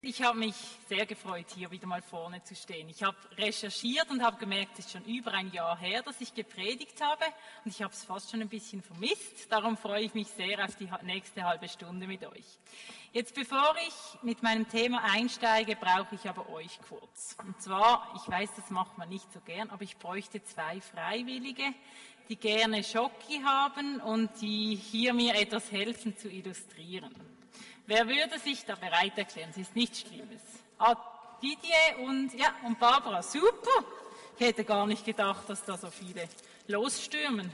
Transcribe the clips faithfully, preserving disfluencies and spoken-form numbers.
Ich habe mich sehr gefreut, hier wieder mal vorne zu stehen. Ich habe recherchiert und habe gemerkt, es ist schon über ein Jahr her, dass ich gepredigt habe und ich habe es fast schon ein bisschen vermisst. Darum freue ich mich sehr auf die nächste halbe Stunde mit euch. Jetzt, bevor ich mit meinem Thema einsteige, brauche ich aber euch kurz. Und zwar, ich weiß, das macht man nicht so gern, aber ich bräuchte zwei Freiwillige, die gerne Schoki haben und die hier mir etwas helfen zu illustrieren. Wer würde sich da bereit erklären? Es ist nichts Schlimmes. Ah, Didier und, ja, und Barbara, super. Ich hätte gar nicht gedacht, dass da so viele losstürmen.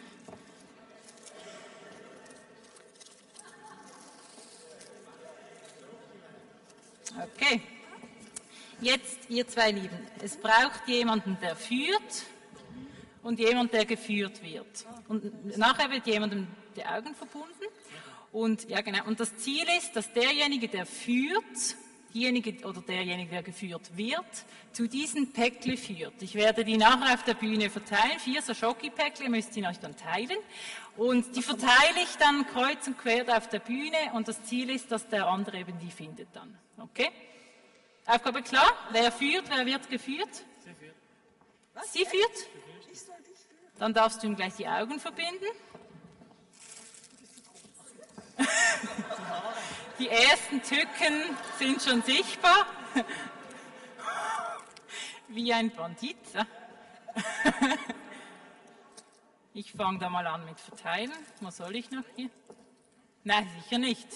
Okay. Jetzt, ihr zwei Lieben, es braucht jemanden, der führt und jemand, der geführt wird. Und nachher wird jemandem die Augen verbunden. Und, ja, genau. Und das Ziel ist, dass derjenige, der führt, diejenige oder derjenige, der geführt wird, zu diesen Päckli führt. Ich werde die nachher auf der Bühne verteilen. Vier so Schoki-Päckli müsst ihr euch dann teilen. Und die verteile ich dann kreuz und quer auf der Bühne. Und das Ziel ist, dass der andere eben die findet dann. Okay? Aufgabe klar? Wer führt, wer wird geführt? Sie führt. Was? Sie führt? Dann darfst du ihm gleich die Augen verbinden. Die ersten Tücken sind schon sichtbar. Wie ein Bandit. Ich fange da mal an mit Verteilen. Was soll ich noch hier? Nein, sicher nicht.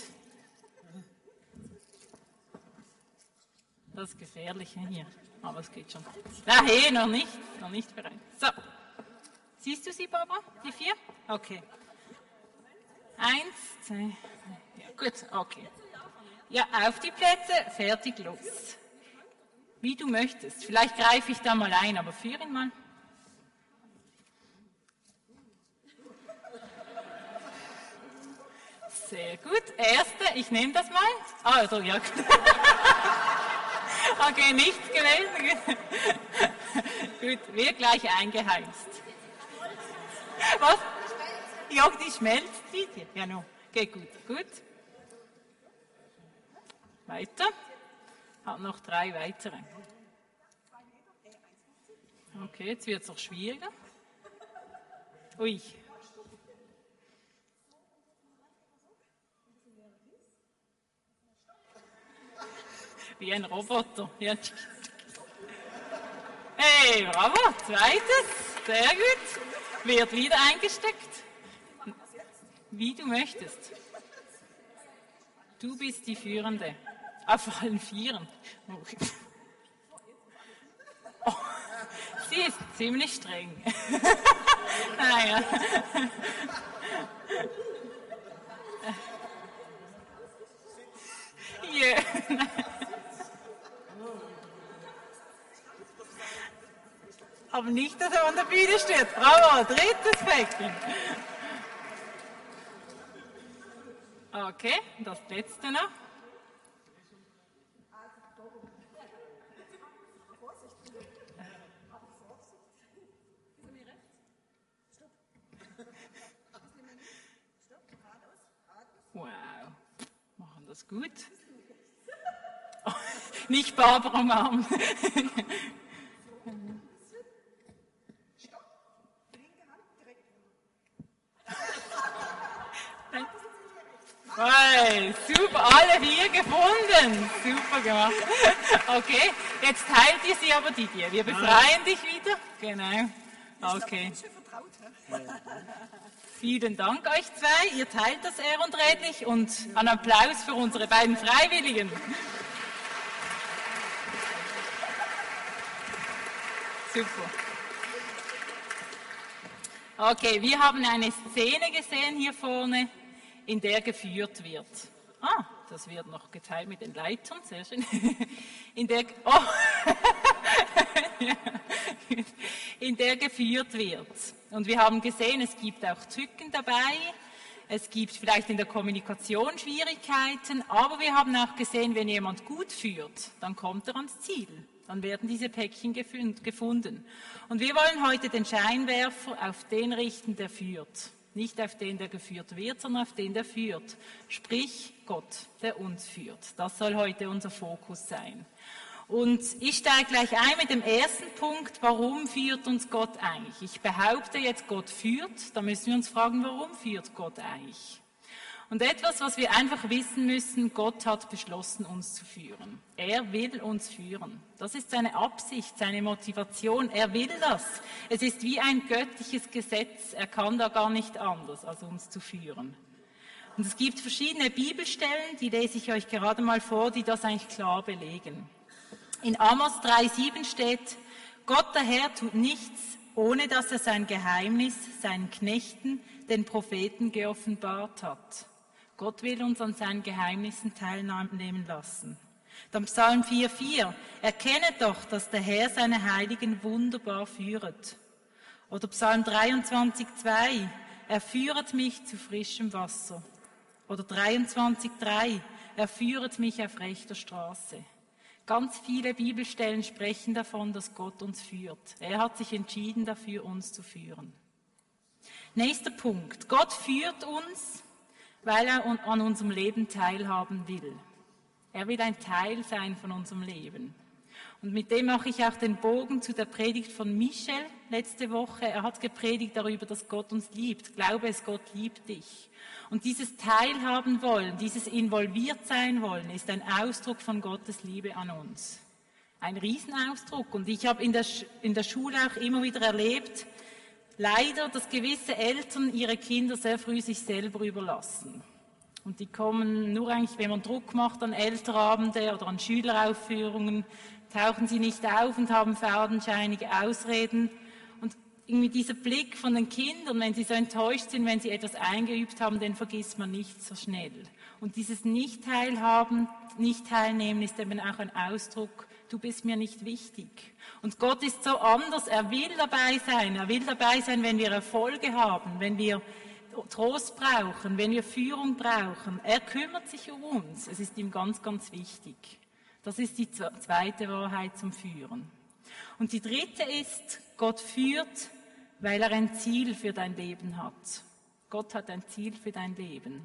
Das ist gefährlich hier. Aber es geht schon. Nein, hey, noch nicht. Noch nicht bereit. So. Siehst du sie, Barbara? Die vier? Okay. Eins, zwei, ja, gut, okay. Ja, auf die Plätze, fertig, los. Wie du möchtest. Vielleicht greife ich da mal ein, aber führ ihn mal. Sehr gut. Erste, ich nehme das mal. Ah, also, ja. Okay, nichts gewesen. Gut, wird gleich eingeheimst. Was? Ja, die schmelzt wieder. Ja, no. Geht gut, gut. Weiter. Hat noch drei weitere. Okay, jetzt wird es noch schwieriger. Ui. Wie ein Roboter. Ja. Hey, bravo. Zweites. Sehr gut. Wird wieder eingesteckt. Wie du möchtest. Du bist die Führende. Auf allen Vieren. Oh, sie ist ziemlich streng. Naja. Yeah. Aber nicht, dass er an der Bühne steht. Bravo, drittes Päckchen. Okay, das letzte noch. Wow, machen das gut. Oh, nicht Barbara umarmen. Hey, super, alle vier gefunden. Super gemacht. Okay, jetzt teilt ihr sie aber, Didier. Wir befreien dich wieder. Genau. Okay. Vielen Dank euch zwei. Ihr teilt das ehrenredlich und einen Applaus für unsere beiden Freiwilligen. Super. Okay, wir haben eine Szene gesehen hier vorne, in der geführt wird. Ah, das wird noch geteilt mit den Leitern, sehr schön. In der, oh, in der geführt wird. Und wir haben gesehen, es gibt auch Tücken dabei, es gibt vielleicht in der Kommunikation Schwierigkeiten, aber wir haben auch gesehen, wenn jemand gut führt, dann kommt er ans Ziel. Dann werden diese Päckchen gefunden. Und wir wollen heute den Scheinwerfer auf den richten, der führt. Nicht auf den, der geführt wird, sondern auf den, der führt. Sprich, Gott, der uns führt. Das soll heute unser Fokus sein. Und ich steige gleich ein mit dem ersten Punkt, warum führt uns Gott eigentlich? Ich behaupte jetzt, Gott führt, da müssen wir uns fragen, warum führt Gott eigentlich? Und etwas, was wir einfach wissen müssen, Gott hat beschlossen, uns zu führen. Er will uns führen. Das ist seine Absicht, seine Motivation. Er will das. Es ist wie ein göttliches Gesetz. Er kann da gar nicht anders, als uns zu führen. Und es gibt verschiedene Bibelstellen, die lese ich euch gerade mal vor, die das eigentlich klar belegen. In Amos drei sieben steht, Gott der Herr tut nichts, ohne dass er sein Geheimnis seinen Knechten, den Propheten, geoffenbart hat. Gott will uns an seinen Geheimnissen teilnehmen lassen. Dann Psalm vier vier. Erkennet doch, dass der Herr seine Heiligen wunderbar führet. Oder Psalm dreiundzwanzig zwei. Er führet mich zu frischem Wasser. Oder dreiundzwanzig drei. Er führet mich auf rechter Straße. Ganz viele Bibelstellen sprechen davon, dass Gott uns führt. Er hat sich entschieden dafür, uns zu führen. Nächster Punkt. Gott führt uns, weil er an unserem Leben teilhaben will. Er will ein Teil sein von unserem Leben. Und mit dem mache ich auch den Bogen zu der Predigt von Michel letzte Woche. Er hat gepredigt darüber, dass Gott uns liebt. Glaube es, Gott liebt dich. Und dieses Teilhaben wollen, dieses involviert sein wollen, ist ein Ausdruck von Gottes Liebe an uns. Ein Riesenausdruck. Und ich habe in der, in der Schule auch immer wieder erlebt, leider, dass gewisse Eltern ihre Kinder sehr früh sich selber überlassen. Und die kommen nur eigentlich, wenn man Druck macht an Elternabende oder an Schüleraufführungen, tauchen sie nicht auf und haben fadenscheinige Ausreden. Und irgendwie dieser Blick von den Kindern, wenn sie so enttäuscht sind, wenn sie etwas eingeübt haben, den vergisst man nicht so schnell. Und dieses Nicht-Teilhaben, Nicht-Teilnehmen ist eben auch ein Ausdruck, du bist mir nicht wichtig. Und Gott ist so anders, er will dabei sein. Er will dabei sein, wenn wir Erfolge haben, wenn wir Trost brauchen, wenn wir Führung brauchen. Er kümmert sich um uns. Es ist ihm ganz, ganz wichtig. Das ist die zweite Wahrheit zum Führen. Und die dritte ist, Gott führt, weil er ein Ziel für dein Leben hat. Gott hat ein Ziel für dein Leben.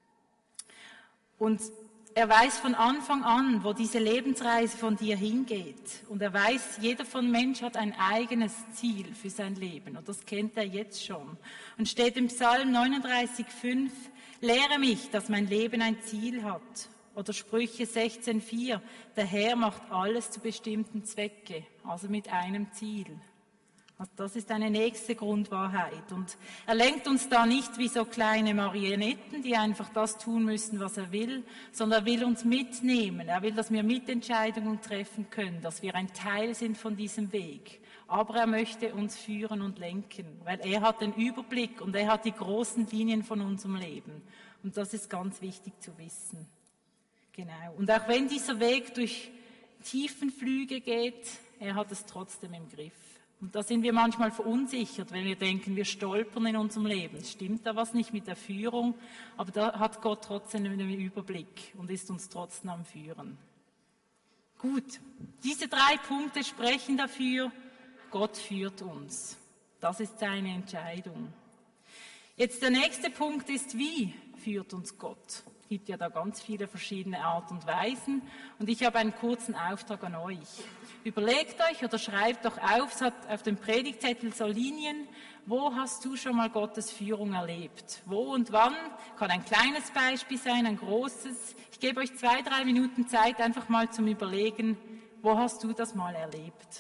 Und er weiß von Anfang an, wo diese Lebensreise von dir hingeht. Und er weiß, jeder von Mensch hat ein eigenes Ziel für sein Leben. Und das kennt er jetzt schon. Und steht im Psalm neununddreißig fünf, lehre mich, dass mein Leben ein Ziel hat. Oder Sprüche sechzehn vier, der Herr macht alles zu bestimmten Zwecke, also mit einem Ziel. Also das ist eine nächste Grundwahrheit. Und er lenkt uns da nicht wie so kleine Marionetten, die einfach das tun müssen, was er will, sondern er will uns mitnehmen. Er will, dass wir Mitentscheidungen treffen können, dass wir ein Teil sind von diesem Weg. Aber er möchte uns führen und lenken, weil er hat den Überblick und er hat die großen Linien von unserem Leben. Und das ist ganz wichtig zu wissen. Genau. Und auch wenn dieser Weg durch Tiefenflüge geht, er hat es trotzdem im Griff. Und da sind wir manchmal verunsichert, wenn wir denken, wir stolpern in unserem Leben. Stimmt da was nicht mit der Führung? Aber da hat Gott trotzdem einen Überblick und ist uns trotzdem am Führen. Gut, diese drei Punkte sprechen dafür, Gott führt uns. Das ist seine Entscheidung. Jetzt der nächste Punkt ist, wie führt uns Gott? Es gibt ja da ganz viele verschiedene Art und Weisen und ich habe einen kurzen Auftrag an euch. Überlegt euch oder schreibt doch auf, es hat auf dem Predigtzettel so Linien, wo hast du schon mal Gottes Führung erlebt? Wo und wann? Kann ein kleines Beispiel sein, ein großes. Ich gebe euch zwei, drei Minuten Zeit, einfach mal zum Überlegen, wo hast du das mal erlebt?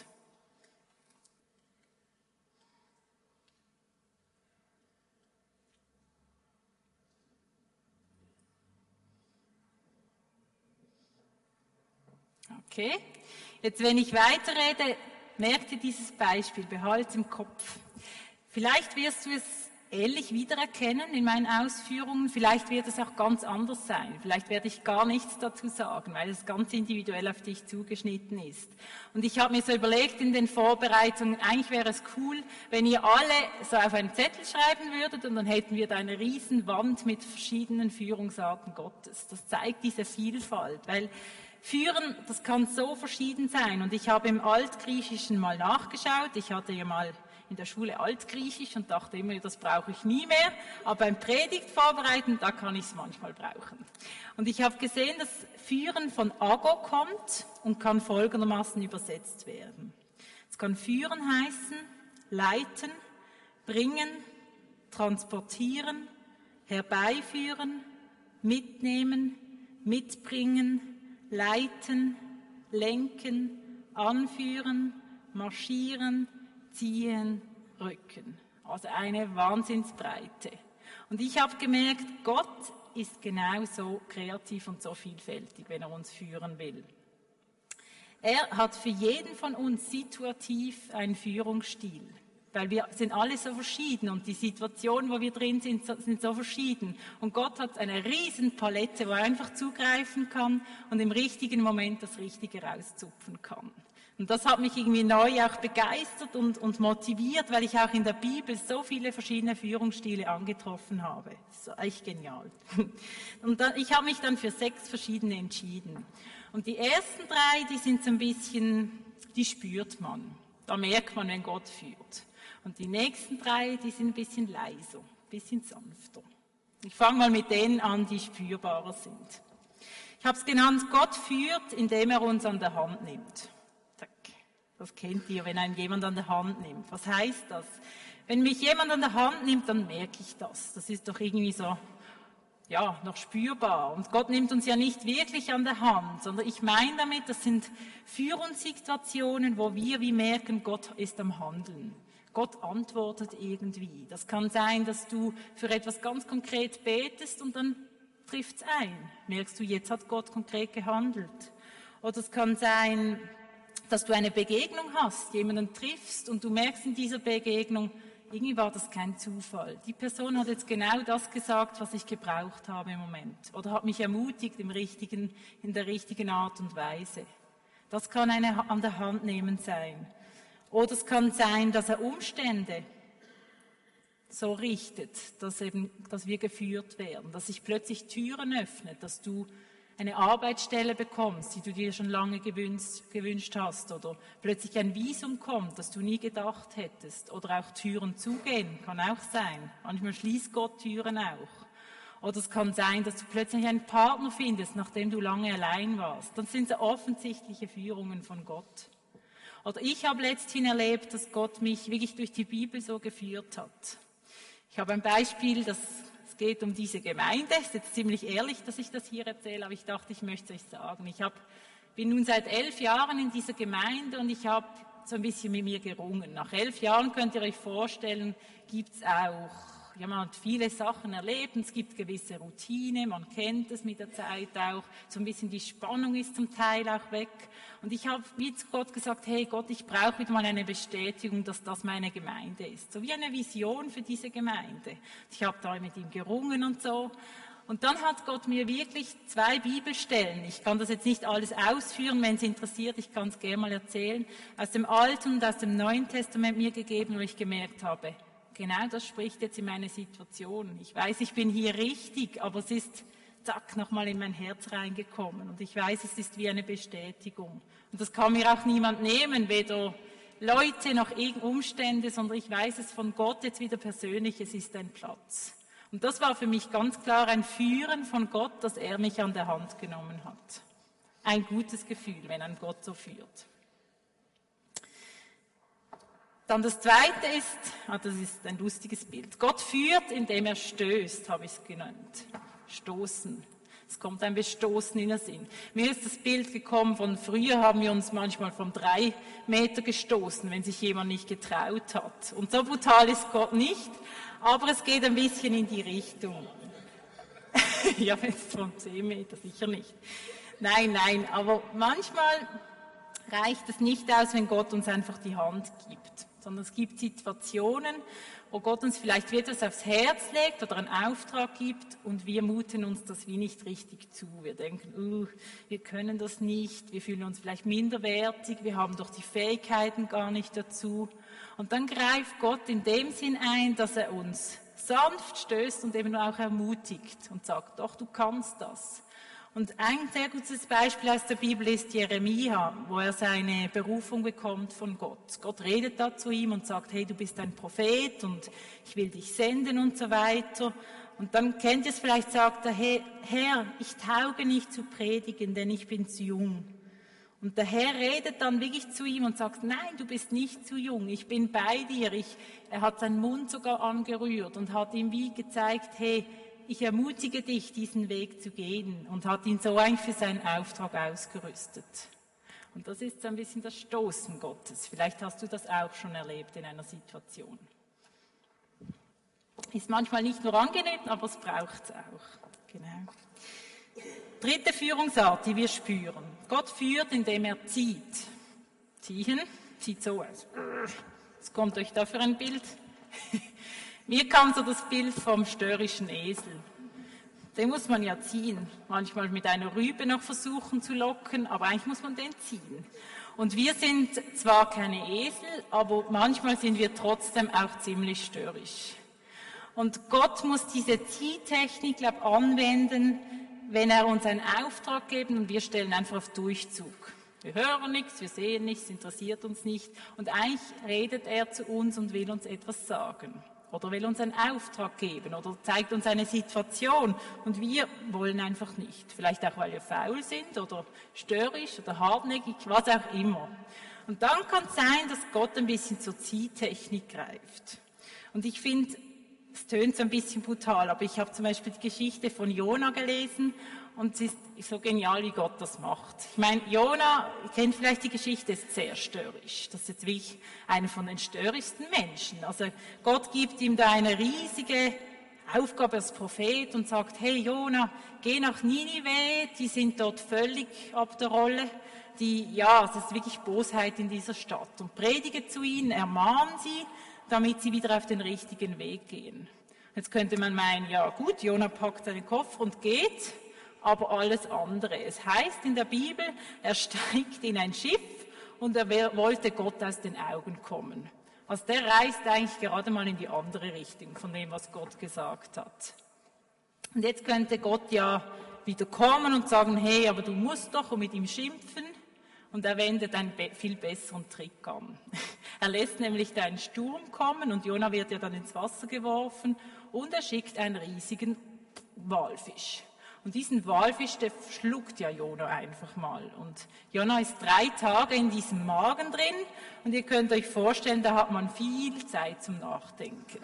Okay, jetzt wenn ich weiterrede, merkt ihr dieses Beispiel, behaltet es im Kopf. Vielleicht wirst du es ähnlich wiedererkennen in meinen Ausführungen, vielleicht wird es auch ganz anders sein, vielleicht werde ich gar nichts dazu sagen, weil es ganz individuell auf dich zugeschnitten ist. Und ich habe mir so überlegt in den Vorbereitungen, eigentlich wäre es cool, wenn ihr alle so auf einen Zettel schreiben würdet und dann hätten wir da eine riesen Wand mit verschiedenen Führungsarten Gottes. Das zeigt diese Vielfalt, weil Führen, das kann so verschieden sein. Und ich habe im Altgriechischen mal nachgeschaut. Ich hatte ja mal in der Schule Altgriechisch und dachte immer, das brauche ich nie mehr. Aber beim Predigt vorbereiten, da kann ich es manchmal brauchen. Und ich habe gesehen, dass Führen von Ago kommt und kann folgendermaßen übersetzt werden. Es kann führen heißen, leiten, bringen, transportieren, herbeiführen, mitnehmen, mitbringen, leiten, lenken, anführen, marschieren, ziehen, rücken. Also eine Wahnsinnsbreite. Und ich habe gemerkt, Gott ist genauso kreativ und so vielfältig, wenn er uns führen will. Er hat für jeden von uns situativ einen Führungsstil, weil wir sind alle so verschieden und die Situationen, wo wir drin sind, sind so verschieden. Und Gott hat eine riesen Palette, wo er einfach zugreifen kann und im richtigen Moment das Richtige rauszupfen kann. Und das hat mich irgendwie neu auch begeistert und, und motiviert, weil ich auch in der Bibel so viele verschiedene Führungsstile angetroffen habe. Das ist echt genial. Und dann, ich habe mich dann für sechs verschiedene entschieden. Und die ersten drei, die sind so ein bisschen, die spürt man. Da merkt man, wenn Gott führt. Und die nächsten drei, die sind ein bisschen leiser, ein bisschen sanfter. Ich fange mal mit denen an, die spürbarer sind. Ich habe es genannt, Gott führt, indem er uns an der Hand nimmt. Das kennt ihr, wenn einen jemand an der Hand nimmt. Was heißt das? Wenn mich jemand an der Hand nimmt, dann merke ich das. Das ist doch irgendwie so, ja, noch spürbar. Und Gott nimmt uns ja nicht wirklich an der Hand, sondern ich meine damit, das sind Führungssituationen, wo wir wie merken, Gott ist am Handeln. Gott antwortet irgendwie. Das kann sein, dass du für etwas ganz konkret betest und dann trifft's ein. Merkst du, jetzt hat Gott konkret gehandelt. Oder es kann sein, dass du eine Begegnung hast, jemanden triffst und du merkst in dieser Begegnung, irgendwie war das kein Zufall. Die Person hat jetzt genau das gesagt, was ich gebraucht habe im Moment. Oder hat mich ermutigt im richtigen, in der richtigen Art und Weise. Das kann eine an der Hand nehmen sein. Oder es kann sein, dass er Umstände so richtet, dass eben, dass wir geführt werden, dass sich plötzlich Türen öffnen, dass du eine Arbeitsstelle bekommst, die du dir schon lange gewünscht, gewünscht hast, oder plötzlich ein Visum kommt, das du nie gedacht hättest, oder auch Türen zugehen, kann auch sein. Manchmal schließt Gott Türen auch. Oder es kann sein, dass du plötzlich einen Partner findest, nachdem du lange allein warst. Das sind so offensichtliche Führungen von Gott. Oder ich habe letzthin erlebt, dass Gott mich wirklich durch die Bibel so geführt hat. Ich habe ein Beispiel, das Es geht um diese Gemeinde. Es ist jetzt ziemlich ehrlich, dass ich das hier erzähle, aber ich dachte, ich möchte es euch sagen. Ich hab, bin nun seit elf Jahren in dieser Gemeinde und ich habe so ein bisschen mit mir gerungen. Nach elf Jahren könnt ihr euch vorstellen, gibt es auch, ja, man hat viele Sachen erlebt, und es gibt gewisse Routine, man kennt es mit der Zeit auch, so ein bisschen die Spannung ist zum Teil auch weg. Und ich habe wie zu Gott gesagt, hey Gott, ich brauche wieder mal eine Bestätigung, dass das meine Gemeinde ist. So wie eine Vision für diese Gemeinde. Ich habe da mit ihm gerungen und so. Und dann hat Gott mir wirklich zwei Bibelstellen, ich kann das jetzt nicht alles ausführen, wenn es interessiert, ich kann es gerne mal erzählen, aus dem Alten und aus dem Neuen Testament mir gegeben, wo ich gemerkt habe, genau das spricht jetzt in meine Situation. Ich weiß, ich bin hier richtig, aber es ist, zack, nochmal in mein Herz reingekommen. Und ich weiß, es ist wie eine Bestätigung. Und das kann mir auch niemand nehmen, weder Leute noch irgendeine Umstände, sondern ich weiß es von Gott jetzt wieder persönlich, es ist ein Platz. Und das war für mich ganz klar ein Führen von Gott, dass er mich an der Hand genommen hat. Ein gutes Gefühl, wenn ein Gott so führt. Dann das Zweite ist, ah, das ist ein lustiges Bild. Gott führt, indem er stößt, habe ich es genannt. Stoßen. Es kommt ein Bestoßen in den Sinn. Mir ist das Bild gekommen von früher haben wir uns manchmal von drei Meter gestoßen, wenn sich jemand nicht getraut hat. Und so brutal ist Gott nicht, aber es geht ein bisschen in die Richtung. Ja, wenn es von zehn Meter, sicher nicht. Nein, nein, aber manchmal reicht es nicht aus, wenn Gott uns einfach die Hand gibt, sondern es gibt Situationen, wo Gott uns vielleicht etwas aufs Herz legt oder einen Auftrag gibt und wir muten uns das wie nicht richtig zu. Wir denken, uh, wir können das nicht, wir fühlen uns vielleicht minderwertig, wir haben doch die Fähigkeiten gar nicht dazu. Und dann greift Gott in dem Sinn ein, dass er uns sanft stößt und eben auch ermutigt und sagt, doch, du kannst das. Und ein sehr gutes Beispiel aus der Bibel ist Jeremia, wo er seine Berufung bekommt von Gott. Gott redet da zu ihm und sagt, hey, du bist ein Prophet und ich will dich senden und so weiter. Und dann kennt ihr es vielleicht, sagt er, hey, Herr, ich tauge nicht zu predigen, denn ich bin zu jung. Und der Herr redet dann wirklich zu ihm und sagt, nein, du bist nicht zu jung, ich bin bei dir. Ich, er hat seinen Mund sogar angerührt und hat ihm wie gezeigt, hey, ich ermutige dich, diesen Weg zu gehen, und hat ihn so eigentlich für seinen Auftrag ausgerüstet. Und das ist so ein bisschen das Stoßen Gottes. Vielleicht hast du das auch schon erlebt in einer Situation. Ist manchmal nicht nur angenehm, aber es braucht es auch. Genau. Dritte Führungsart, die wir spüren. Gott führt, indem er zieht. Ziehen sieht so aus. Was kommt euch da für ein Bild? Mir kam so das Bild vom störrischen Esel. Den muss man ja ziehen. Manchmal mit einer Rübe noch versuchen zu locken, aber eigentlich muss man den ziehen. Und wir sind zwar keine Esel, aber manchmal sind wir trotzdem auch ziemlich störrisch. Und Gott muss diese Ziehtechnik, glaube ich, anwenden, wenn er uns einen Auftrag gibt und wir stellen einfach auf Durchzug. Wir hören nichts, wir sehen nichts, interessiert uns nicht. Und eigentlich redet er zu uns und will uns etwas sagen. Oder will uns einen Auftrag geben oder zeigt uns eine Situation und wir wollen einfach nicht. Vielleicht auch, weil wir faul sind oder störrisch oder hartnäckig, was auch immer. Und dann kann es sein, dass Gott ein bisschen zur Ziehtechnik greift. Und ich finde, es tönt so ein bisschen brutal, aber ich habe zum Beispiel die Geschichte von Jona gelesen und es ist so genial, wie Gott das macht. Ich meine, Jona, ihr kennt vielleicht die Geschichte, ist sehr störrisch. Das ist jetzt wirklich einer von den störrischsten Menschen. Also Gott gibt ihm da eine riesige Aufgabe als Prophet und sagt, hey Jona, geh nach Ninive, die sind dort völlig ab der Rolle. Die, ja, es ist wirklich Bosheit in dieser Stadt. Und predige zu ihnen, ermahn sie, damit sie wieder auf den richtigen Weg gehen. Jetzt könnte man meinen, ja gut, Jona packt seinen Koffer und geht, aber alles andere. Es heißt in der Bibel, er steigt in ein Schiff und er wollte Gott aus den Augen kommen. Also der reist eigentlich gerade mal in die andere Richtung von dem, was Gott gesagt hat. Und jetzt könnte Gott ja wieder kommen und sagen, hey, aber du musst doch, und mit ihm schimpfen. Und er wendet einen viel besseren Trick an. Er lässt nämlich da einen Sturm kommen und Jona wird ja dann ins Wasser geworfen und er schickt einen riesigen Walfisch. Und diesen Walfisch, der schluckt ja Jona einfach mal. Und Jona ist drei Tage in diesem Magen drin und ihr könnt euch vorstellen, da hat man viel Zeit zum Nachdenken.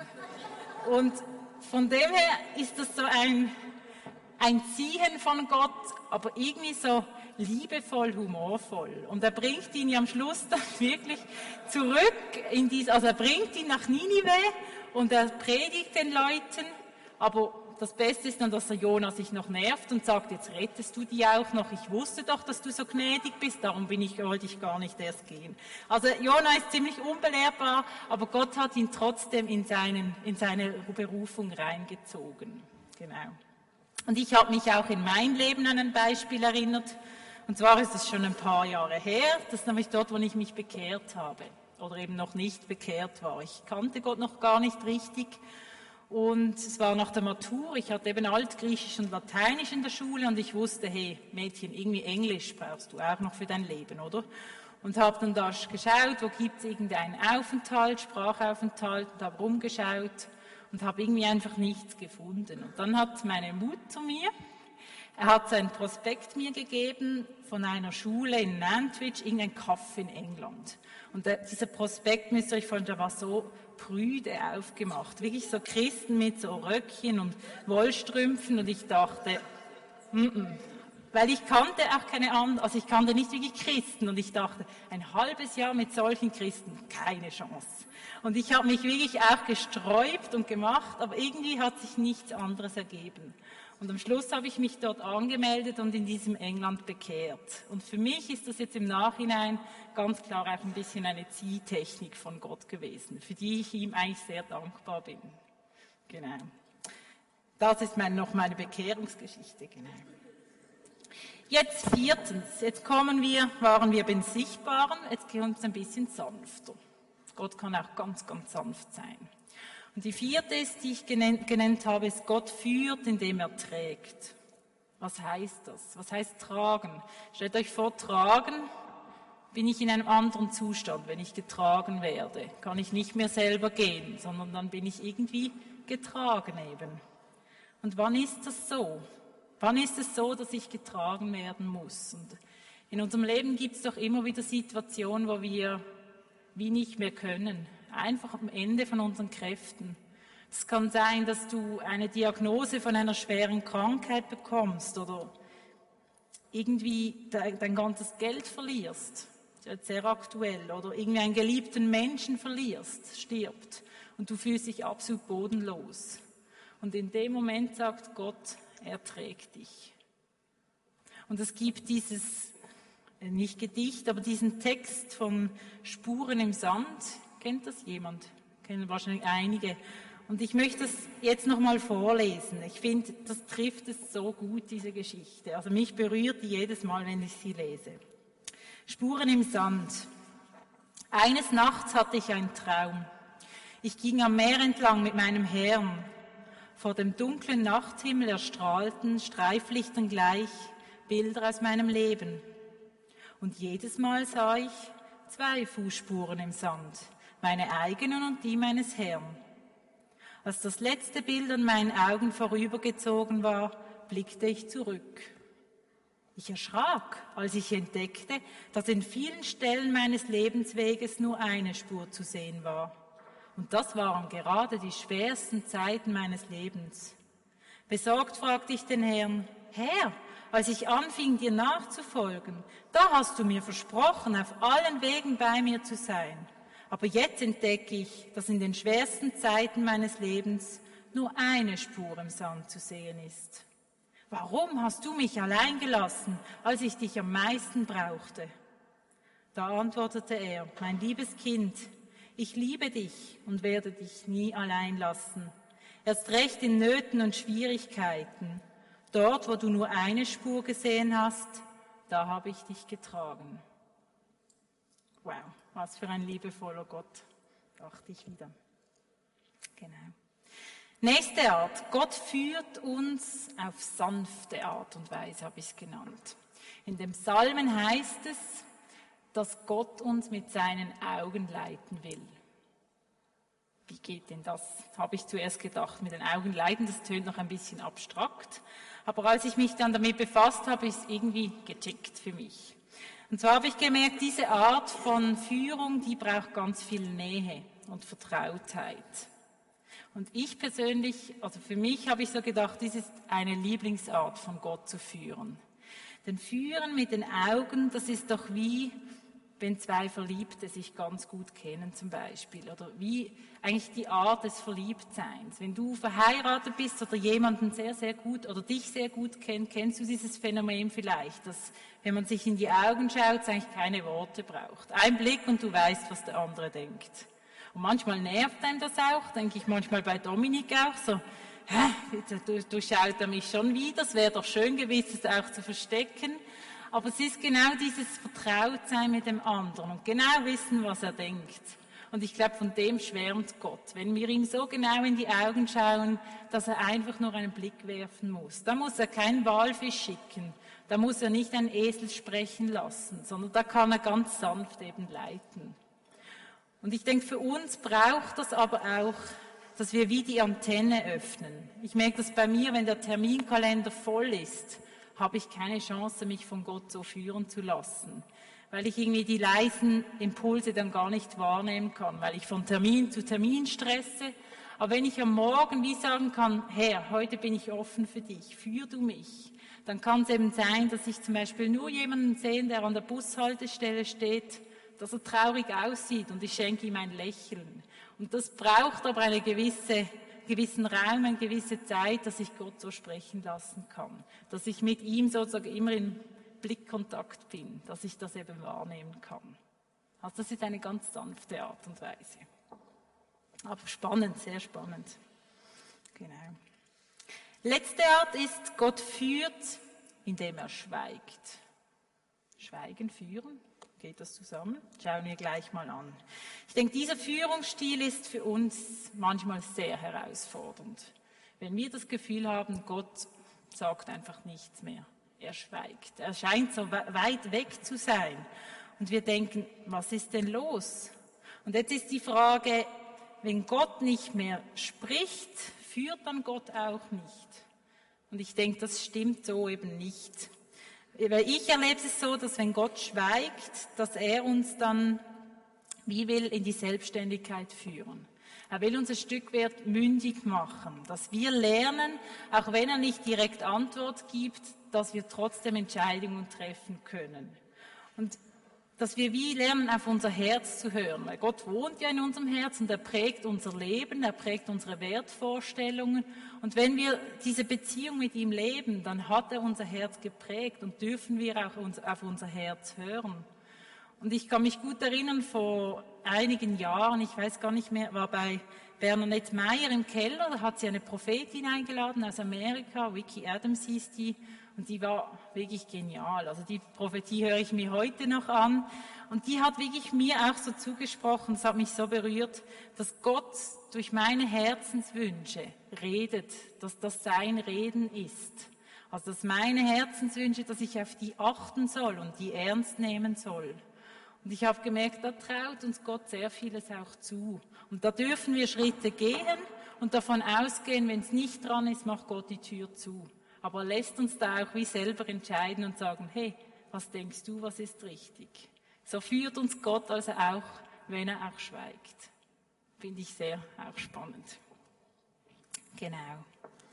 Und von dem her ist das so ein, ein Ziehen von Gott, aber irgendwie so liebevoll, humorvoll. Und er bringt ihn ja am Schluss dann wirklich zurück in dies, also er bringt ihn nach Ninive und er predigt den Leuten, aber das Beste ist dann, dass der Jona sich noch nervt und sagt, jetzt rettest du die auch noch. Ich wusste doch, dass du so gnädig bist, darum bin ich, wollte ich gar nicht erst gehen. Also Jona ist ziemlich unbelehrbar, aber Gott hat ihn trotzdem in, seinen, in seine Berufung reingezogen. Genau. Und ich habe mich auch in mein Leben an ein Beispiel erinnert. Und zwar ist es schon ein paar Jahre her. Das ist nämlich dort, wo ich mich bekehrt habe. Oder eben noch nicht bekehrt war. Ich kannte Gott noch gar nicht richtig. Und es war nach der Matur, ich hatte eben Altgriechisch und Lateinisch in der Schule und ich wusste, hey Mädchen, irgendwie Englisch brauchst du auch noch für dein Leben, oder? Und habe dann da geschaut, wo gibt es irgendeinen Aufenthalt, Sprachaufenthalt, und habe rumgeschaut und habe irgendwie einfach nichts gefunden. Und dann hat meine Mutter zu mir, er hat sein Prospekt mir gegeben von einer Schule in Nantwich, irgendein Kaff in England. Und der, dieser Prospekt, müsst ihr euch vorstellen, der war so prüde aufgemacht. Wirklich so Christen mit so Röckchen und Wollstrümpfen. Und ich dachte, mm -mm. Weil ich kannte auch keine anderen, also ich kannte nicht wirklich Christen. Und ich dachte, ein halbes Jahr mit solchen Christen, keine Chance. Und ich habe mich wirklich auch gesträubt und gemacht, aber irgendwie hat sich nichts anderes ergeben. Und am Schluss habe ich mich dort angemeldet und in diesem England bekehrt. Und für mich ist das jetzt im Nachhinein ganz klar auch ein bisschen eine Ziehtechnik von Gott gewesen, für die ich ihm eigentlich sehr dankbar bin. Genau. Das ist mein, noch meine Bekehrungsgeschichte. Genau. Jetzt viertens, jetzt kommen wir, waren wir beim Sichtbaren, jetzt gehen wir uns ein bisschen sanfter. Gott kann auch ganz, ganz sanft sein. Und die vierte ist, die ich genannt, genannt habe, ist, Gott führt, indem er trägt. Was heißt das? Was heißt tragen? Stellt euch vor, tragen bin ich in einem anderen Zustand, wenn ich getragen werde. Kann ich nicht mehr selber gehen, sondern dann bin ich irgendwie getragen eben. Und wann ist das so? Wann ist es so, dass ich getragen werden muss? Und in unserem Leben gibt es doch immer wieder Situationen, wo wir wie nicht mehr können. Einfach am Ende von unseren Kräften. Es kann sein, dass du eine Diagnose von einer schweren Krankheit bekommst oder irgendwie dein, dein ganzes Geld verlierst. Das ist sehr aktuell. Oder irgendwie einen geliebten Menschen verlierst, stirbt. Und du fühlst dich absolut bodenlos. Und in dem Moment sagt Gott, er trägt dich. Und es gibt dieses, nicht Gedicht, aber diesen Text von Spuren im Sand. Kennt das jemand? Kennen wahrscheinlich einige. Und ich möchte es jetzt nochmal vorlesen. Ich finde, das trifft es so gut, diese Geschichte. Also mich berührt die jedes Mal, wenn ich sie lese. Spuren im Sand. Eines Nachts hatte ich einen Traum. Ich ging am Meer entlang mit meinem Herrn. Vor dem dunklen Nachthimmel erstrahlten, Streiflichtern gleich, Bilder aus meinem Leben. Und jedes Mal sah ich zwei Fußspuren im Sand, meine eigenen und die meines Herrn. Als das letzte Bild an meinen Augen vorübergezogen war, blickte ich zurück. Ich erschrak, als ich entdeckte, dass in vielen Stellen meines Lebensweges nur eine Spur zu sehen war. Und das waren gerade die schwersten Zeiten meines Lebens. Besorgt fragte ich den Herrn, Herr, als ich anfing, dir nachzufolgen, da hast du mir versprochen, auf allen Wegen bei mir zu sein. Aber jetzt entdecke ich, dass in den schwersten Zeiten meines Lebens nur eine Spur im Sand zu sehen ist. Warum hast du mich allein gelassen, als ich dich am meisten brauchte? Da antwortete er, mein liebes Kind, ich liebe dich und werde dich nie allein lassen. Erst recht in Nöten und Schwierigkeiten. Dort, wo du nur eine Spur gesehen hast, da habe ich dich getragen. Wow, was für ein liebevoller Gott, dachte ich wieder. Genau. Nächste Art. Gott führt uns auf sanfte Art und Weise, habe ich es genannt. In dem Psalmen heißt es, dass Gott uns mit seinen Augen leiten will. Wie geht denn das? Habe ich zuerst gedacht, mit den Augen leiten, das tönt noch ein bisschen abstrakt. Aber als ich mich dann damit befasst habe, ist es irgendwie getickt für mich. Und zwar habe ich gemerkt, diese Art von Führung, die braucht ganz viel Nähe und Vertrautheit. Und ich persönlich, also für mich habe ich so gedacht, dies ist eine Lieblingsart von Gott zu führen. Denn Führen mit den Augen, das ist doch wie, wenn zwei Verliebte sich ganz gut kennen zum Beispiel. Oder wie eigentlich die Art des Verliebtseins. Wenn du verheiratet bist oder jemanden sehr, sehr gut oder dich sehr gut kennt, kennst du dieses Phänomen vielleicht, dass wenn man sich in die Augen schaut, es eigentlich keine Worte braucht. Ein Blick und du weißt, was der andere denkt. Und manchmal nervt einem das auch, denke ich manchmal bei Dominik auch so, hä, durchschaut er mich schon wieder, es wäre doch schön gewesen, es auch zu verstecken. Aber es ist genau dieses Vertrautsein mit dem anderen und genau wissen, was er denkt. Und ich glaube, von dem schwärmt Gott. Wenn wir ihm so genau in die Augen schauen, dass er einfach nur einen Blick werfen muss. Da muss er keinen Walfisch schicken, da muss er nicht einen Esel sprechen lassen, sondern da kann er ganz sanft eben leiten. Und ich denke, für uns braucht das aber auch, dass wir wie die Antenne öffnen. Ich merke das bei mir, wenn der Terminkalender voll ist, habe ich keine Chance, mich von Gott so führen zu lassen, weil ich irgendwie die leisen Impulse dann gar nicht wahrnehmen kann, weil ich von Termin zu Termin stresse. Aber wenn ich am Morgen wie sagen kann, Herr, heute bin ich offen für dich, führ du mich, dann kann es eben sein, dass ich zum Beispiel nur jemanden sehe, der an der Bushaltestelle steht, dass er traurig aussieht und ich schenke ihm ein Lächeln. Und das braucht aber einen gewisse, gewissen Raum, eine gewisse Zeit, dass ich Gott so sprechen lassen kann. Dass ich mit ihm sozusagen immer in Blickkontakt bin, dass ich das eben wahrnehmen kann. Also das ist eine ganz sanfte Art und Weise. Aber spannend, sehr spannend. Genau. Letzte Art ist, Gott führt, indem er schweigt. Schweigen, führen. Geht das zusammen? Schauen wir gleich mal an. Ich denke, dieser Führungsstil ist für uns manchmal sehr herausfordernd. Wenn wir das Gefühl haben, Gott, sagt einfach nichts mehr. Er schweigt. Er scheint so weit weg zu sein. Und wir denken, was ist denn los? Und jetzt ist die Frage, wenn Gott nicht mehr spricht, führt dann Gott auch nicht. Und ich denke, das stimmt so eben nicht. Weil ich erlebe es so, dass wenn Gott schweigt, dass er uns dann, wie will, in die Selbstständigkeit führen. Er will uns ein Stück weit mündig machen, dass wir lernen, auch wenn er nicht direkt Antwort gibt, dass wir trotzdem Entscheidungen treffen können. Und dass wir wie lernen, auf unser Herz zu hören. Weil Gott wohnt ja in unserem Herz und er prägt unser Leben, er prägt unsere Wertvorstellungen. Und wenn wir diese Beziehung mit ihm leben, dann hat er unser Herz geprägt und dürfen wir auch auf unser Herz hören. Und ich kann mich gut erinnern, vor einigen Jahren, ich weiß gar nicht mehr, war bei Bernadette Meyer im Keller, da hat sie eine Prophetin eingeladen aus Amerika, Vicky Adams hieß die, und die war wirklich genial. Also die Prophetie höre ich mir heute noch an. Und die hat wirklich mir auch so zugesprochen, es hat mich so berührt, dass Gott durch meine Herzenswünsche redet, dass das sein Reden ist. Also dass meine Herzenswünsche, dass ich auf die achten soll und die ernst nehmen soll. Und ich habe gemerkt, da traut uns Gott sehr vieles auch zu. Und da dürfen wir Schritte gehen und davon ausgehen, wenn es nicht dran ist, macht Gott die Tür zu. Aber lässt uns da auch wie selber entscheiden und sagen, hey, was denkst du, was ist richtig? So führt uns Gott also auch, wenn er auch schweigt. Finde ich sehr auch spannend. Genau.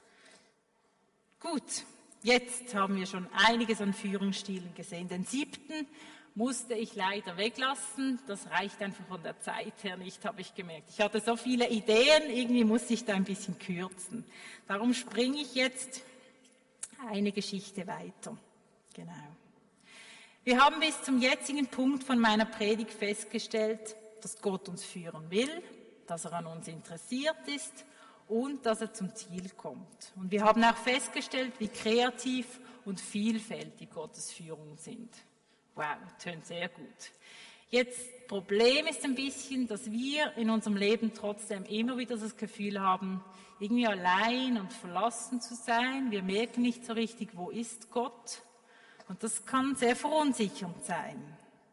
Gut, jetzt haben wir schon einiges an Führungsstilen gesehen. Den siebten musste ich leider weglassen. Das reicht einfach von der Zeit her nicht, habe ich gemerkt. Ich hatte so viele Ideen, irgendwie musste ich da ein bisschen kürzen. Darum springe ich jetzt eine Geschichte weiter. Genau. Wir haben bis zum jetzigen Punkt von meiner Predigt festgestellt, dass Gott uns führen will, dass er an uns interessiert ist und dass er zum Ziel kommt. Und wir haben auch festgestellt, wie kreativ und vielfältig Gottes Führungen sind. Wow, tönt sehr gut. Jetzt, Problem ist ein bisschen, dass wir in unserem Leben trotzdem immer wieder das Gefühl haben, irgendwie allein und verlassen zu sein. Wir merken nicht so richtig, wo ist Gott? Und das kann sehr verunsichernd sein.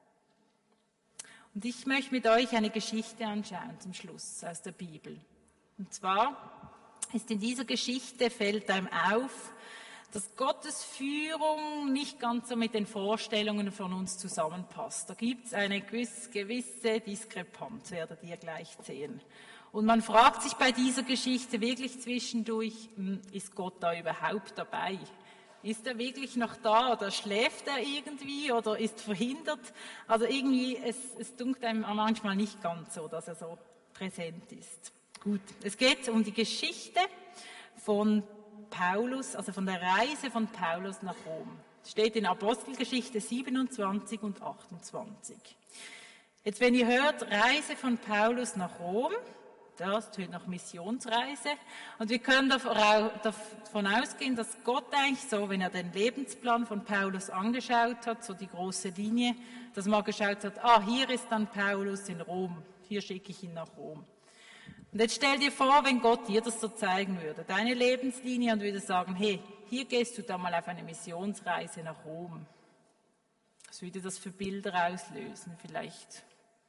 Und ich möchte mit euch eine Geschichte anschauen zum Schluss aus der Bibel. Und zwar ist in dieser Geschichte, fällt einem auf, dass Gottes Führung nicht ganz so mit den Vorstellungen von uns zusammenpasst. Da gibt es eine gewisse Diskrepanz, werdet ihr gleich sehen. Und man fragt sich bei dieser Geschichte wirklich zwischendurch, ist Gott da überhaupt dabei? Ist er wirklich noch da oder schläft er irgendwie oder ist verhindert? Also irgendwie, es, es dunkt einem manchmal nicht ganz so, dass er so präsent ist. Gut, es geht um die Geschichte von Paulus, also von der Reise von Paulus nach Rom. Steht in Apostelgeschichte siebenundzwanzig und achtundzwanzig. Jetzt, wenn ihr hört, Reise von Paulus nach Rom, das tönt nach Missionsreise. Und wir können davon ausgehen, dass Gott eigentlich so, wenn er den Lebensplan von Paulus angeschaut hat, so die große Linie, dass man geschaut hat, ah, hier ist dann Paulus in Rom, hier schicke ich ihn nach Rom. Und jetzt stell dir vor, wenn Gott dir das so zeigen würde, deine Lebenslinie, und würde sagen, hey, hier gehst du da mal auf eine Missionsreise nach Rom. Was würde das für Bilder auslösen? Vielleicht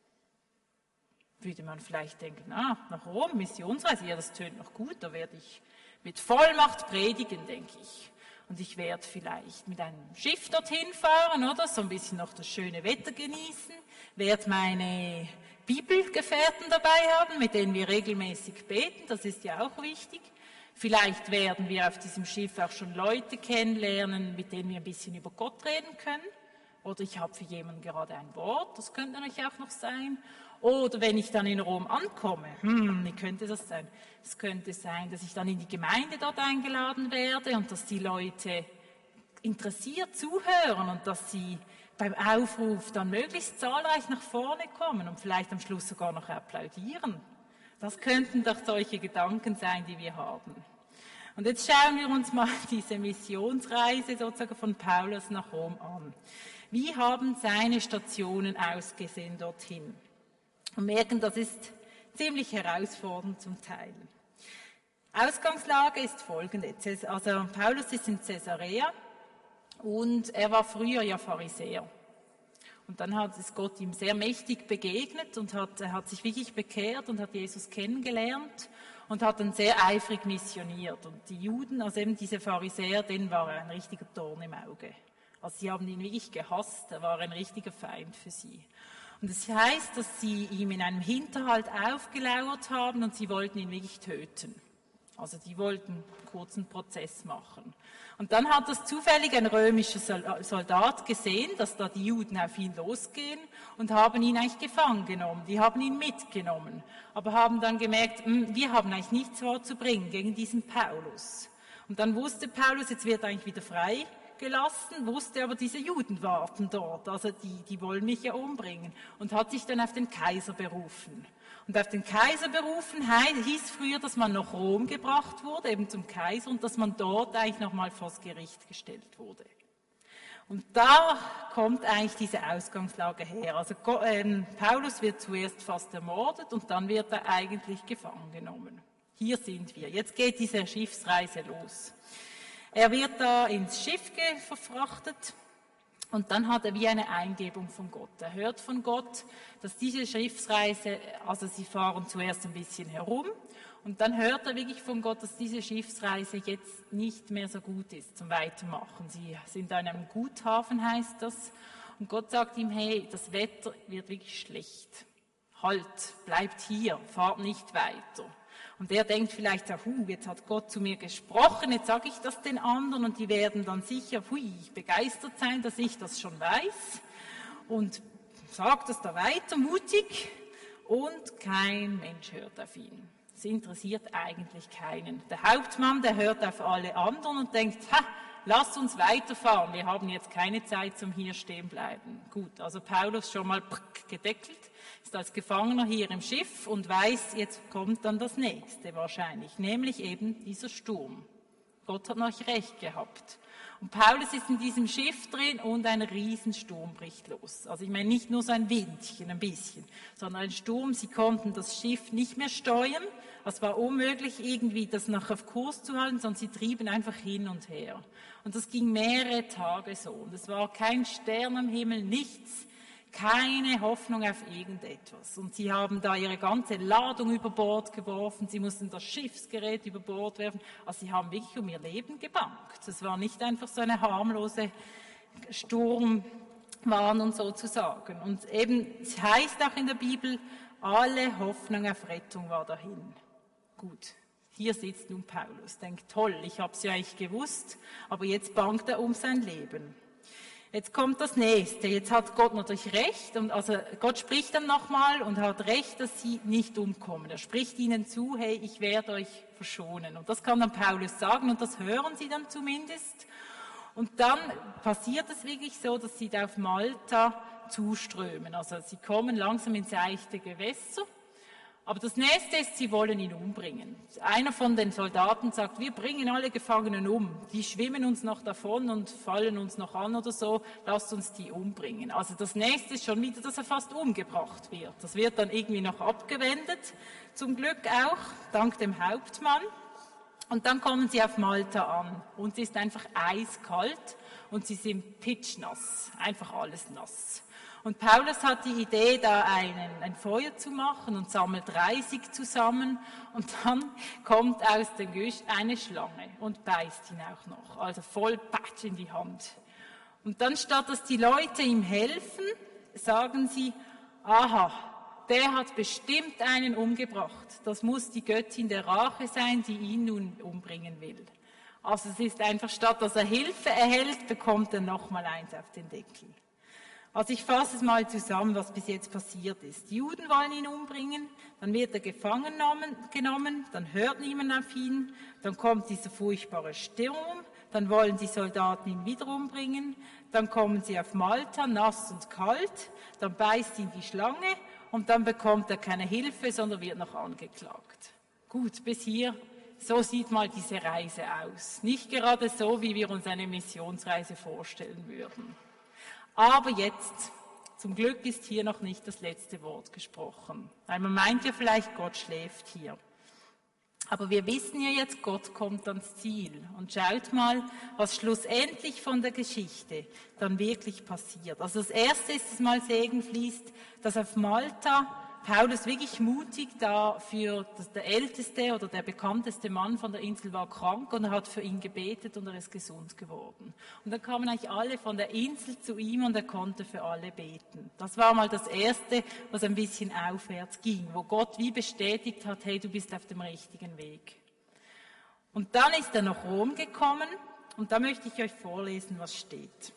würde man vielleicht denken, ah, nach Rom, Missionsreise, ja, das tönt noch gut, da werde ich mit Vollmacht predigen, denke ich. Und ich werde vielleicht mit einem Schiff dorthin fahren, oder? So ein bisschen noch das schöne Wetter genießen, werde meine Bibelgefährten dabei haben, mit denen wir regelmäßig beten, das ist ja auch wichtig. Vielleicht werden wir auf diesem Schiff auch schon Leute kennenlernen, mit denen wir ein bisschen über Gott reden können. Oder ich habe für jemanden gerade ein Wort, das könnte natürlich auch noch sein. Oder wenn ich dann in Rom ankomme, hm, wie könnte das sein? Es könnte sein, dass ich dann in die Gemeinde dort eingeladen werde und dass die Leute interessiert zuhören und dass sie beim Aufruf dann möglichst zahlreich nach vorne kommen und vielleicht am Schluss sogar noch applaudieren. Das könnten doch solche Gedanken sein, die wir haben. Und jetzt schauen wir uns mal diese Missionsreise sozusagen von Paulus nach Rom an. Wie haben seine Stationen ausgesehen dorthin? Und merken, das ist ziemlich herausfordernd zum Teil. Ausgangslage ist folgende. Also Paulus ist in Caesarea und er war früher ja Pharisäer. Und dann hat es Gott ihm sehr mächtig begegnet und hat, er hat sich wirklich bekehrt und hat Jesus kennengelernt und hat dann sehr eifrig missioniert. Und die Juden, also eben diese Pharisäer, denen war er ein richtiger Dorn im Auge. Also sie haben ihn wirklich gehasst, er war ein richtiger Feind für sie. Und es heißt, dass sie ihm in einem Hinterhalt aufgelauert haben und sie wollten ihn wirklich töten. Also die wollten einen kurzen Prozess machen. Und dann hat das zufällig ein römischer Soldat gesehen, dass da die Juden auf ihn losgehen und haben ihn eigentlich gefangen genommen. Die haben ihn mitgenommen, aber haben dann gemerkt, wir haben eigentlich nichts vorzubringen gegen diesen Paulus. Und dann wusste Paulus, jetzt wird er eigentlich wieder freigelassen, wusste aber, diese Juden warten dort, also die, die wollen mich ja umbringen, und hat sich dann auf den Kaiser berufen. Und auf den Kaiser berufen hieß früher, dass man nach Rom gebracht wurde, eben zum Kaiser, und dass man dort eigentlich nochmal vors Gericht gestellt wurde. Und da kommt eigentlich diese Ausgangslage her. Also ähm, Paulus wird zuerst fast ermordet und dann wird er eigentlich gefangen genommen. Hier sind wir. Jetzt geht diese Schiffsreise los. Er wird da ins Schiff verfrachtet. Und dann hat er wie eine Eingebung von Gott. Er hört von Gott, dass diese Schiffsreise, also sie fahren zuerst ein bisschen herum und dann hört er wirklich von Gott, dass diese Schiffsreise jetzt nicht mehr so gut ist zum Weitermachen. Sie sind an einem Guthafen, heißt das. Und Gott sagt ihm, hey, das Wetter wird wirklich schlecht. Halt, bleibt hier, fahrt nicht weiter. Und der denkt vielleicht auch, hu, jetzt hat Gott zu mir gesprochen, jetzt sage ich das den anderen und die werden dann sicher, hui, begeistert sein, dass ich das schon weiß und sagt das da weiter, mutig, und kein Mensch hört auf ihn. Das interessiert eigentlich keinen. Der Hauptmann, der hört auf alle anderen und denkt, ha, lasst uns weiterfahren, wir haben jetzt keine Zeit zum hier stehen bleiben. Gut, also Paulus schon mal gedeckelt, ist als Gefangener hier im Schiff und weiß, jetzt kommt dann das Nächste wahrscheinlich, nämlich eben dieser Sturm. Gott hat noch recht gehabt. Und Paulus ist in diesem Schiff drin und ein Riesensturm bricht los. Also ich meine nicht nur so ein Windchen, ein bisschen, sondern ein Sturm. Sie konnten das Schiff nicht mehr steuern. Es war unmöglich, irgendwie das noch auf Kurs zu halten, sondern sie trieben einfach hin und her. Und das ging mehrere Tage so. Und es war kein Stern am Himmel, nichts. Keine Hoffnung auf irgendetwas. Und sie haben da ihre ganze Ladung über Bord geworfen, sie mussten das Schiffsgerät über Bord werfen. Also sie haben wirklich um ihr Leben gebankt. Es war nicht einfach so eine harmlose Sturmwarnung sozusagen. Und eben, es heißt auch in der Bibel, alle Hoffnung auf Rettung war dahin. Gut, hier sitzt nun Paulus, denkt, toll, ich habe es ja eigentlich gewusst, aber jetzt bangt er um sein Leben. Jetzt kommt das Nächste. Jetzt hat Gott natürlich recht. Und also Gott spricht dann nochmal und hat recht, dass sie nicht umkommen. Er spricht ihnen zu, hey, ich werde euch verschonen. Und das kann dann Paulus sagen und das hören sie dann zumindest. Und dann passiert es wirklich so, dass sie da auf Malta zuströmen. Also sie kommen langsam ins seichte Gewässer. Aber das Nächste ist, sie wollen ihn umbringen. Einer von den Soldaten sagt, wir bringen alle Gefangenen um. Die schwimmen uns noch davon und fallen uns noch an oder so. Lasst uns die umbringen. Also das Nächste ist schon wieder, dass er fast umgebracht wird. Das wird dann irgendwie noch abgewendet. Zum Glück auch, dank dem Hauptmann. Und dann kommen sie auf Malta an. Und es ist einfach eiskalt und sie sind pitschnass. Einfach alles nass. Und Paulus hat die Idee, da einen, ein Feuer zu machen und sammelt Reisig zusammen. Und dann kommt aus dem Gebüsch eine Schlange und beißt ihn auch noch. Also voll Patsch in die Hand. Und dann, statt dass die Leute ihm helfen, sagen sie, aha, der hat bestimmt einen umgebracht. Das muss die Göttin der Rache sein, die ihn nun umbringen will. Also es ist einfach, statt dass er Hilfe erhält, bekommt er nochmal eins auf den Deckel. Also ich fasse es mal zusammen, was bis jetzt passiert ist. Die Juden wollen ihn umbringen, dann wird er gefangen genommen, dann hört niemand auf ihn, dann kommt dieser furchtbare Sturm, dann wollen die Soldaten ihn wieder umbringen, dann kommen sie auf Malta, nass und kalt, dann beißt ihn die Schlange und dann bekommt er keine Hilfe, sondern wird noch angeklagt. Gut, bis hier, so sieht mal diese Reise aus. Nicht gerade so, wie wir uns eine Missionsreise vorstellen würden. Aber jetzt, zum Glück ist hier noch nicht das letzte Wort gesprochen. Weil man meint ja vielleicht, Gott schläft hier. Aber wir wissen ja jetzt, Gott kommt ans Ziel. Und schaut mal, was schlussendlich von der Geschichte dann wirklich passiert. Also das Erste ist, dass mal Segen fließt, dass auf Malta Paulus wirklich mutig dafür, dass der älteste oder der bekannteste Mann von der Insel war krank und er hat für ihn gebetet und er ist gesund geworden. Und dann kamen eigentlich alle von der Insel zu ihm und er konnte für alle beten. Das war mal das Erste, was ein bisschen aufwärts ging, wo Gott wie bestätigt hat, hey, du bist auf dem richtigen Weg. Und dann ist er nach Rom gekommen und da möchte ich euch vorlesen, was steht.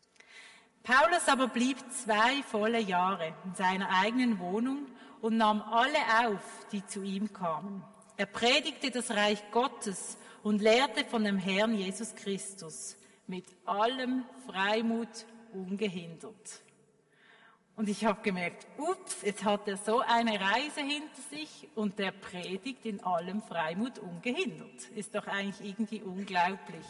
Paulus aber blieb zwei volle Jahre in seiner eigenen Wohnung und nahm alle auf, die zu ihm kamen. Er predigte das Reich Gottes und lehrte von dem Herrn Jesus Christus mit allem Freimut ungehindert. Und ich habe gemerkt, ups, jetzt hat er so eine Reise hinter sich und der predigt in allem Freimut ungehindert. Ist doch eigentlich irgendwie unglaublich.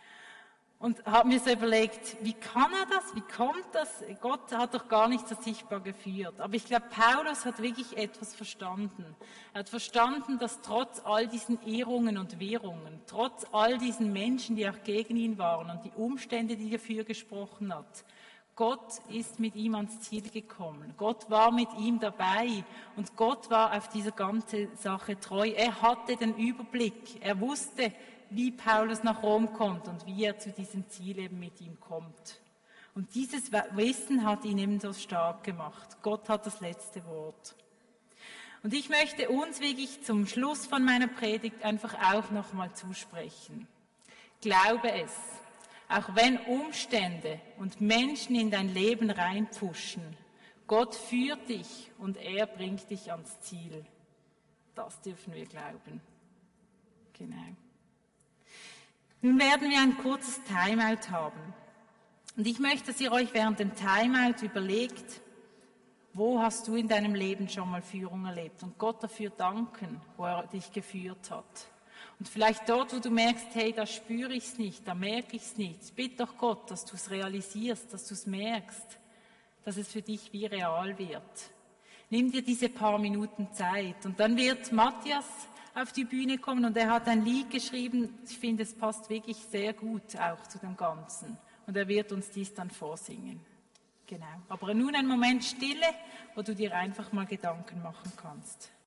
Und habe mir so überlegt, wie kann er das, wie kommt das? Gott hat doch gar nicht so sichtbar geführt. Aber ich glaube, Paulus hat wirklich etwas verstanden. Er hat verstanden, dass trotz all diesen Irrungen und Wirrungen, trotz all diesen Menschen, die auch gegen ihn waren und die Umstände, die dafür gesprochen hat, Gott ist mit ihm ans Ziel gekommen. Gott war mit ihm dabei und Gott war auf dieser ganzen Sache treu. Er hatte den Überblick. Er wusste, wie Paulus nach Rom kommt und wie er zu diesem Ziel eben mit ihm kommt. Und dieses Wissen hat ihn eben so stark gemacht. Gott hat das letzte Wort. Und ich möchte uns wirklich zum Schluss von meiner Predigt einfach auch nochmal zusprechen. Glaube es, auch wenn Umstände und Menschen in dein Leben reinpfuschen, Gott führt dich und er bringt dich ans Ziel. Das dürfen wir glauben. Genau. Nun werden wir ein kurzes Timeout haben. Und ich möchte, dass ihr euch während dem Timeout überlegt, wo hast du in deinem Leben schon mal Führung erlebt und Gott dafür danken, wo er dich geführt hat. Und vielleicht dort, wo du merkst, hey, da spüre ich es nicht, da merke ich es nicht. Bitte doch Gott, dass du es realisierst, dass du es merkst, dass es für dich wie real wird. Nimm dir diese paar Minuten Zeit und dann wird Matthias auf die Bühne kommen und er hat ein Lied geschrieben, ich finde, es passt wirklich sehr gut auch zu dem Ganzen. Und er wird uns dies dann vorsingen. Genau. Aber nun ein Moment Stille, wo du dir einfach mal Gedanken machen kannst.